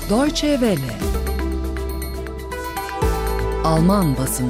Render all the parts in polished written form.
Deutsche Welle. Alman basını.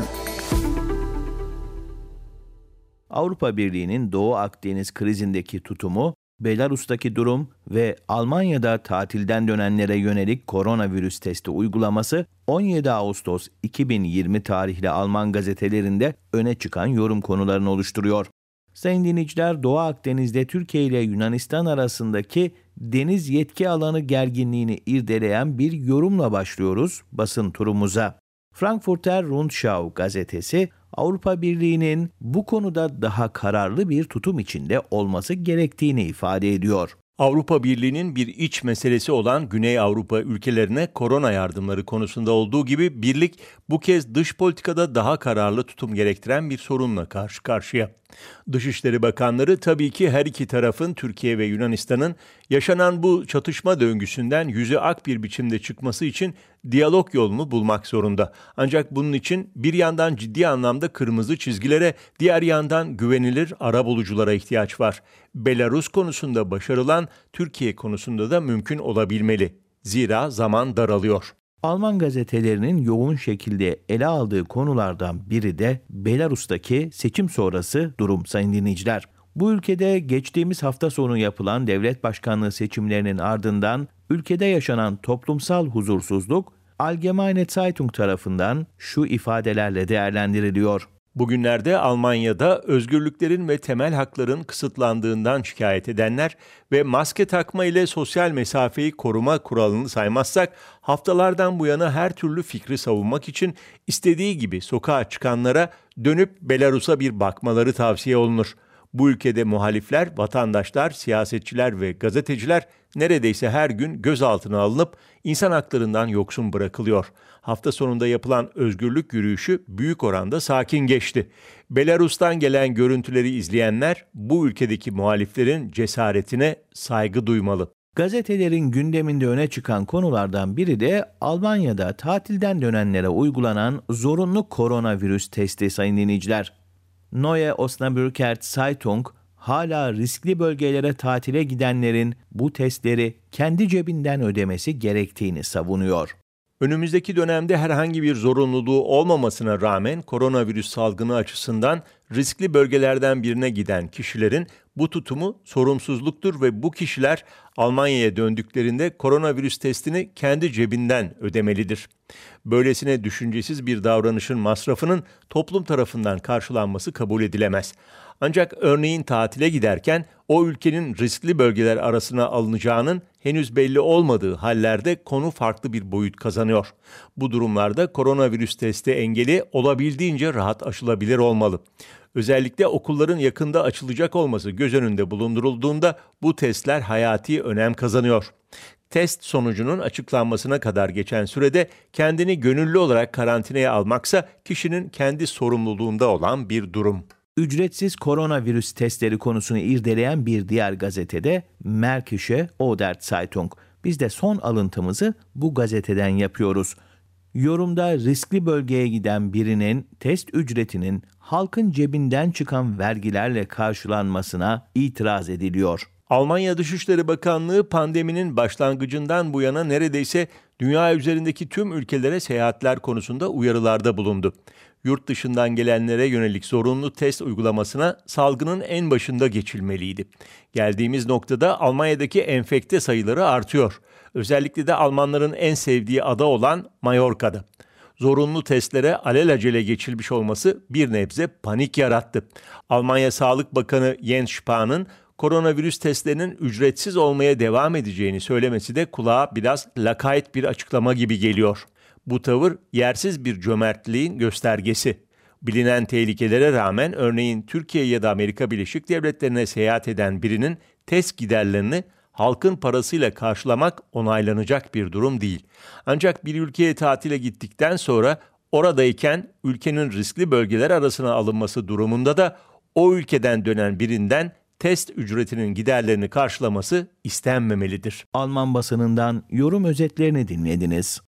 Avrupa Birliği'nin Doğu Akdeniz krizindeki tutumu, Belarus'taki durum ve Almanya'da tatilden dönenlere yönelik koronavirüs testi uygulaması 17 Ağustos 2020 tarihli Alman gazetelerinde öne çıkan yorum konularını oluşturuyor. Sayın dinleyiciler, Doğu Akdeniz'de Türkiye ile Yunanistan arasındaki deniz yetki alanı gerginliğini irdeleyen bir yorumla başlıyoruz basın turumuza. Frankfurter Rundschau gazetesi, Avrupa Birliği'nin bu konuda daha kararlı bir tutum içinde olması gerektiğini ifade ediyor. Avrupa Birliği'nin bir iç meselesi olan Güney Avrupa ülkelerine korona yardımları konusunda olduğu gibi birlik bu kez dış politikada daha kararlı tutum gerektiren bir sorunla karşı karşıya. Dışişleri Bakanları tabii ki her iki tarafın, Türkiye ve Yunanistan'ın yaşanan bu çatışma döngüsünden yüzü ak bir biçimde çıkması için diyalog yolunu bulmak zorunda. Ancak bunun için bir yandan ciddi anlamda kırmızı çizgilere, diğer yandan güvenilir arabuluculara ihtiyaç var. Belarus konusunda başarılan Türkiye konusunda da mümkün olabilmeli. Zira zaman daralıyor. Alman gazetelerinin yoğun şekilde ele aldığı konulardan biri de Belarus'taki seçim sonrası durum sayın dinleyiciler. Bu ülkede geçtiğimiz hafta sonu yapılan devlet başkanlığı seçimlerinin ardından ülkede yaşanan toplumsal huzursuzluk Allgemeine Zeitung tarafından şu ifadelerle değerlendiriliyor. Bugünlerde Almanya'da özgürlüklerin ve temel hakların kısıtlandığından şikayet edenler ve maske takma ile sosyal mesafeyi koruma kuralını saymazsak haftalardan bu yana her türlü fikri savunmak için istediği gibi sokağa çıkanlara dönüp Belarus'a bir bakmaları tavsiye olunur. Bu ülkede muhalifler, vatandaşlar, siyasetçiler ve gazeteciler neredeyse her gün gözaltına alınıp insan haklarından yoksun bırakılıyor. Hafta sonunda yapılan özgürlük yürüyüşü büyük oranda sakin geçti. Belarus'tan gelen görüntüleri izleyenler bu ülkedeki muhaliflerin cesaretine saygı duymalı. Gazetelerin gündeminde öne çıkan konulardan biri de Almanya'da tatilden dönenlere uygulanan zorunlu koronavirüs testi sayın dinleyiciler. Neue Osnabrücker Zeitung hala riskli bölgelere tatile gidenlerin bu testleri kendi cebinden ödemesi gerektiğini savunuyor. Önümüzdeki dönemde herhangi bir zorunluluğu olmamasına rağmen koronavirüs salgını açısından riskli bölgelerden birine giden kişilerin bu tutumu sorumsuzluktur ve bu kişiler Almanya'ya döndüklerinde koronavirüs testini kendi cebinden ödemelidir. Böylesine düşüncesiz bir davranışın masrafının toplum tarafından karşılanması kabul edilemez. Ancak örneğin tatile giderken o ülkenin riskli bölgeler arasına alınacağının henüz belli olmadığı hallerde konu farklı bir boyut kazanıyor. Bu durumlarda koronavirüs testi engeli olabildiğince rahat aşılabilir olmalı. Özellikle okulların yakında açılacak olması göz önünde bulundurulduğunda bu testler hayati önem kazanıyor. Test sonucunun açıklanmasına kadar geçen sürede kendini gönüllü olarak karantinaya almaksa kişinin kendi sorumluluğunda olan bir durum. Ücretsiz koronavirüs testleri konusunu irdeleyen bir diğer gazetede Märkische Oder Zeitung. Biz de son alıntımızı bu gazeteden yapıyoruz. Yorumda riskli bölgeye giden birinin test ücretinin halkın cebinden çıkan vergilerle karşılanmasına itiraz ediliyor. Almanya Dışişleri Bakanlığı pandeminin başlangıcından bu yana neredeyse dünya üzerindeki tüm ülkelere seyahatler konusunda uyarılarda bulundu. Yurt dışından gelenlere yönelik zorunlu test uygulamasına salgının en başında geçilmeliydi. Geldiğimiz noktada Almanya'daki enfekte sayıları artıyor. Özellikle de Almanların en sevdiği ada olan Mallorca'da. Zorunlu testlere alelacele geçilmiş olması bir nebze panik yarattı. Almanya Sağlık Bakanı Jens Spahn'ın koronavirüs testlerinin ücretsiz olmaya devam edeceğini söylemesi de kulağa biraz lakayt bir açıklama gibi geliyor. Bu tavır yersiz bir cömertliğin göstergesi. Bilinen tehlikelere rağmen örneğin Türkiye ya da Amerika Birleşik Devletleri'ne seyahat eden birinin test giderlerini halkın parasıyla karşılamak onaylanacak bir durum değil. Ancak bir ülkeye tatile gittikten sonra oradayken ülkenin riskli bölgeler arasına alınması durumunda da o ülkeden dönen birinden test ücretinin giderlerini karşılaması istenmemelidir. Alman basınından yorum özetlerini dinlediniz.